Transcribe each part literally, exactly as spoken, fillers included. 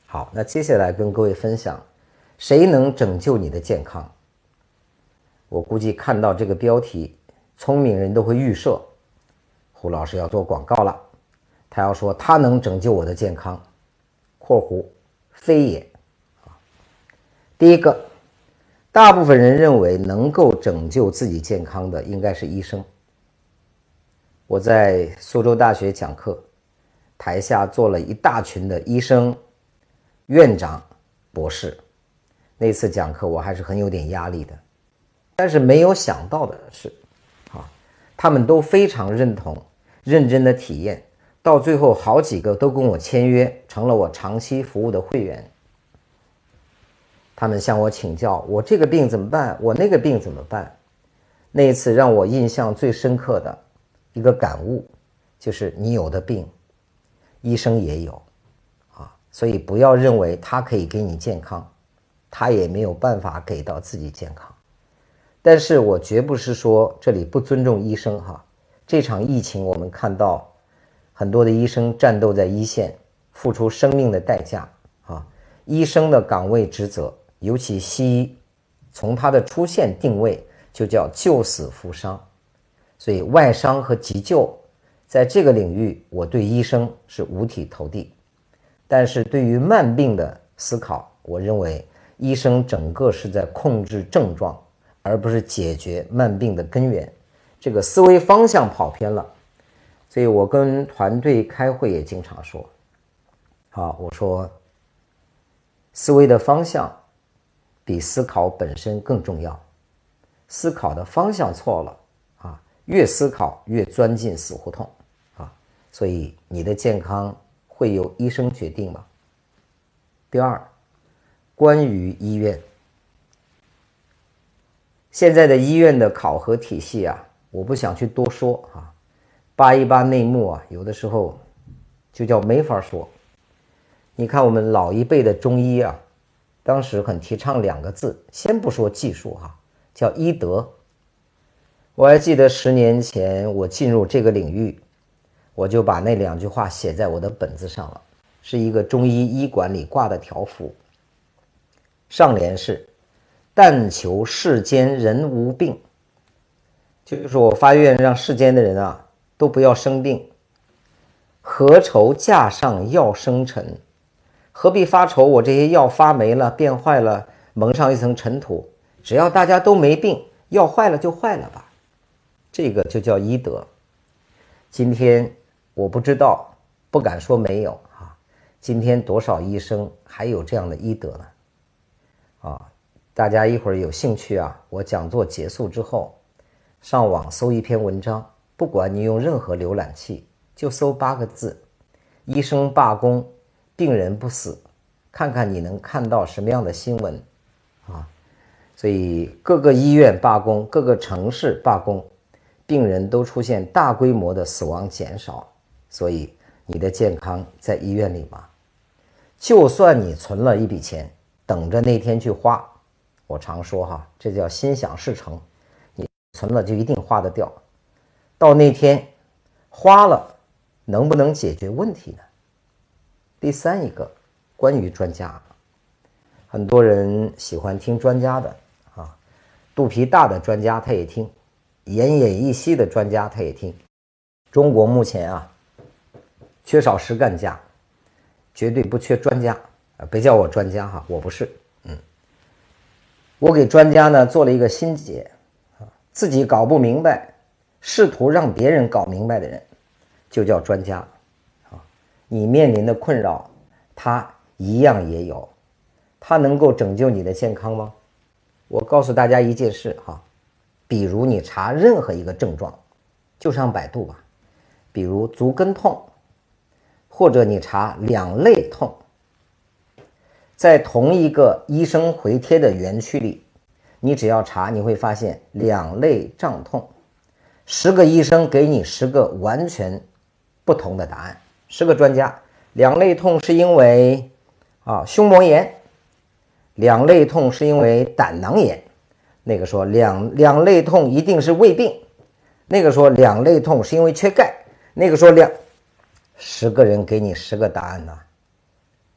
好，那接下来跟各位分享，谁能拯救你的健康？我估计看到这个标题，聪明人都会预设，胡老师要做广告了，他要说他能拯救我的健康（括弧非也）。第一个，大部分人认为能够拯救自己健康的应该是医生。我在苏州大学讲课，台下坐了一大群的医生、院长、博士。那次讲课我还是很有点压力的，但是没有想到的是，啊，他们都非常认同，认真的体验，到最后好几个都跟我签约，成了我长期服务的会员。他们向我请教，我这个病怎么办？我那个病怎么办？那一次让我印象最深刻的一个感悟，就是你有的病，医生也有，啊，所以不要认为他可以给你健康，他也没有办法给到自己健康。但是我绝不是说这里不尊重医生哈，这场疫情我们看到很多的医生战斗在一线，付出生命的代价啊，医生的岗位职责，尤其西医，从它的出现定位就叫救死扶伤，所以外伤和急救在这个领域我对医生是五体投地。但是对于慢病的思考，我认为医生整个是在控制症状，而不是解决慢病的根源，这个思维方向跑偏了。所以我跟团队开会也经常说，好，我说思维的方向比思考本身更重要，思考的方向错了啊，越思考越钻进死胡同啊，所以你的健康会由医生决定吗？第二，关于医院，现在的医院的考核体系啊，我不想去多说啊，扒一扒内幕啊，有的时候就叫没法说。你看我们老一辈的中医啊，当时很提倡两个字，先不说技术哈，叫医德。我还记得十年前我进入这个领域，我就把那两句话写在我的本子上了，是一个中医医馆里挂的条幅，上联是但求世间人无病，就是我发愿让世间的人啊都不要生病，何愁架上药生尘，何必发愁我这些药发霉了变坏了蒙上一层尘土，只要大家都没病，药坏了就坏了吧，这个就叫医德。今天我不知道，不敢说没有啊，今天多少医生还有这样的医德呢？啊，大家一会儿有兴趣啊，我讲座结束之后上网搜一篇文章，不管你用任何浏览器，就搜八个字，医生罢工病人不死，看看你能看到什么样的新闻啊。所以各个医院罢工，各个城市罢工，病人都出现大规模的死亡减少。所以你的健康在医院里吗？就算你存了一笔钱等着那天去花，我常说哈，这叫心想事成，你存了就一定花得掉，到那天花了能不能解决问题呢？第三一个，关于专家，很多人喜欢听专家的啊，肚皮大的专家他也听，奄奄一息的专家他也听。中国目前啊缺少实干家，绝对不缺专家啊，别叫我专家哈，我不是。嗯，我给专家呢做了一个心结啊，自己搞不明白，试图让别人搞明白的人，就叫专家啊。你面临的困扰，他一样也有，他能够拯救你的健康吗？我告诉大家一件事哈，比如你查任何一个症状，就上百度吧，比如足跟痛，或者你查两肋痛，在同一个医生回贴的园区里，你只要查，你会发现两肋胀痛，十个医生给你十个完全不同的答案。十个专家，两肋痛是因为啊胸膜炎，两肋痛是因为胆囊炎，那个说两两肋痛一定是胃病，那个说两肋痛是因为缺钙，那个说两十个人给你十个答案呢、啊，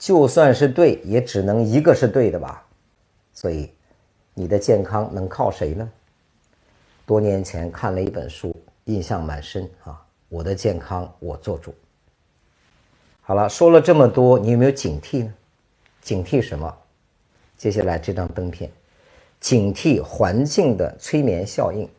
就算是对，也只能一个是对的吧。所以你的健康能靠谁呢？多年前看了一本书，印象蛮深啊，我的健康我做主。好了，说了这么多，你有没有警惕呢？警惕什么？接下来这张灯片，警惕环境的催眠效应。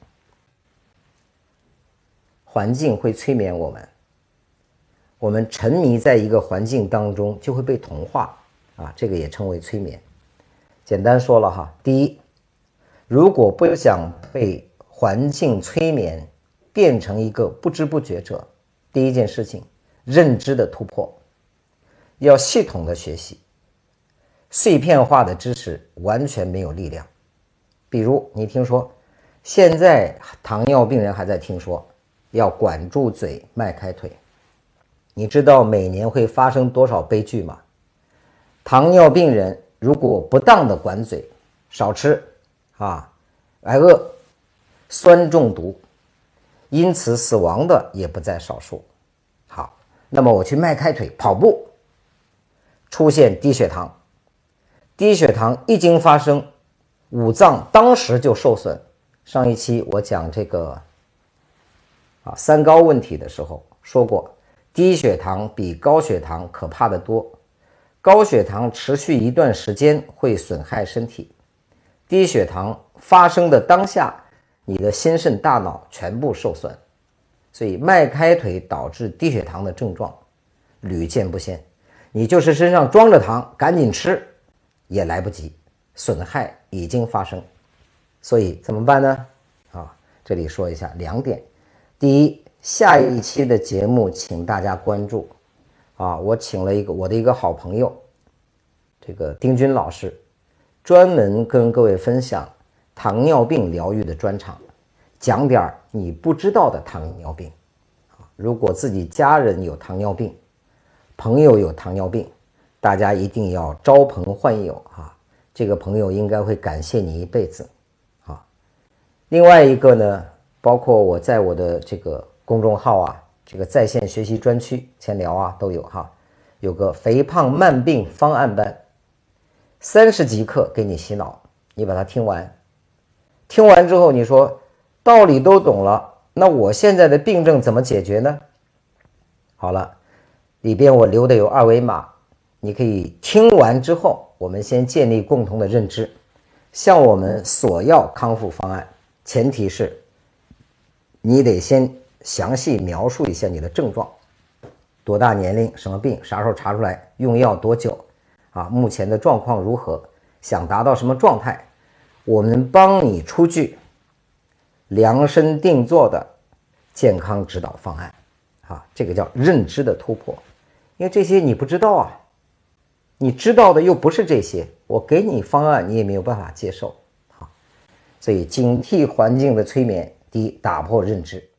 环境会催眠我们，我们沉迷在一个环境当中就会被同化啊，这个也称为催眠。简单说了哈，第一，如果不想被环境催眠变成一个不知不觉者，第一件事情，认知的突破，要系统的学习，碎片化的知识完全没有力量。比如你听说现在糖尿病人还在听说要管住嘴，迈开腿，你知道每年会发生多少悲剧吗？糖尿病人如果不当的管嘴，少吃啊，挨饿，酸中毒，因此死亡的也不在少数。好，那么我去迈开腿跑步，出现低血糖，低血糖一经发生，五脏当时就受损。上一期我讲这个啊三高问题的时候说过，低血糖比高血糖可怕得多。高血糖持续一段时间会损害身体，低血糖发生的当下，你的心肾大脑全部受损。所以迈开腿导致低血糖的症状屡见不鲜，你就是身上装着糖赶紧吃也来不及，损害已经发生。所以怎么办呢？啊，这里说一下两点。第一，下一期的节目请大家关注啊，我请了一个我的一个好朋友，这个丁军老师，专门跟各位分享糖尿病疗愈的专场，讲点你不知道的糖尿病。如果自己家人有糖尿病，朋友有糖尿病，大家一定要招朋唤友啊，这个朋友应该会感谢你一辈子啊。另外一个呢，包括我在我的这个公众号啊，这个在线学习专区千聊啊都有哈，有个肥胖慢病方案班，三十节课给你洗脑，你把它听完，听完之后你说道理都懂了，那我现在的病症怎么解决呢？好了，里边我留的有二维码，你可以听完之后，我们先建立共同的认知，向我们索要康复方案，前提是你得先详细描述一下你的症状，多大年龄，什么病，啥时候查出来，用药多久啊？目前的状况如何，想达到什么状态，我们帮你出具量身定做的健康指导方案啊，这个叫认知的突破。因为这些你不知道啊，你知道的又不是这些，我给你方案你也没有办法接受。好，所以警惕环境的催眠，第一，打破认知，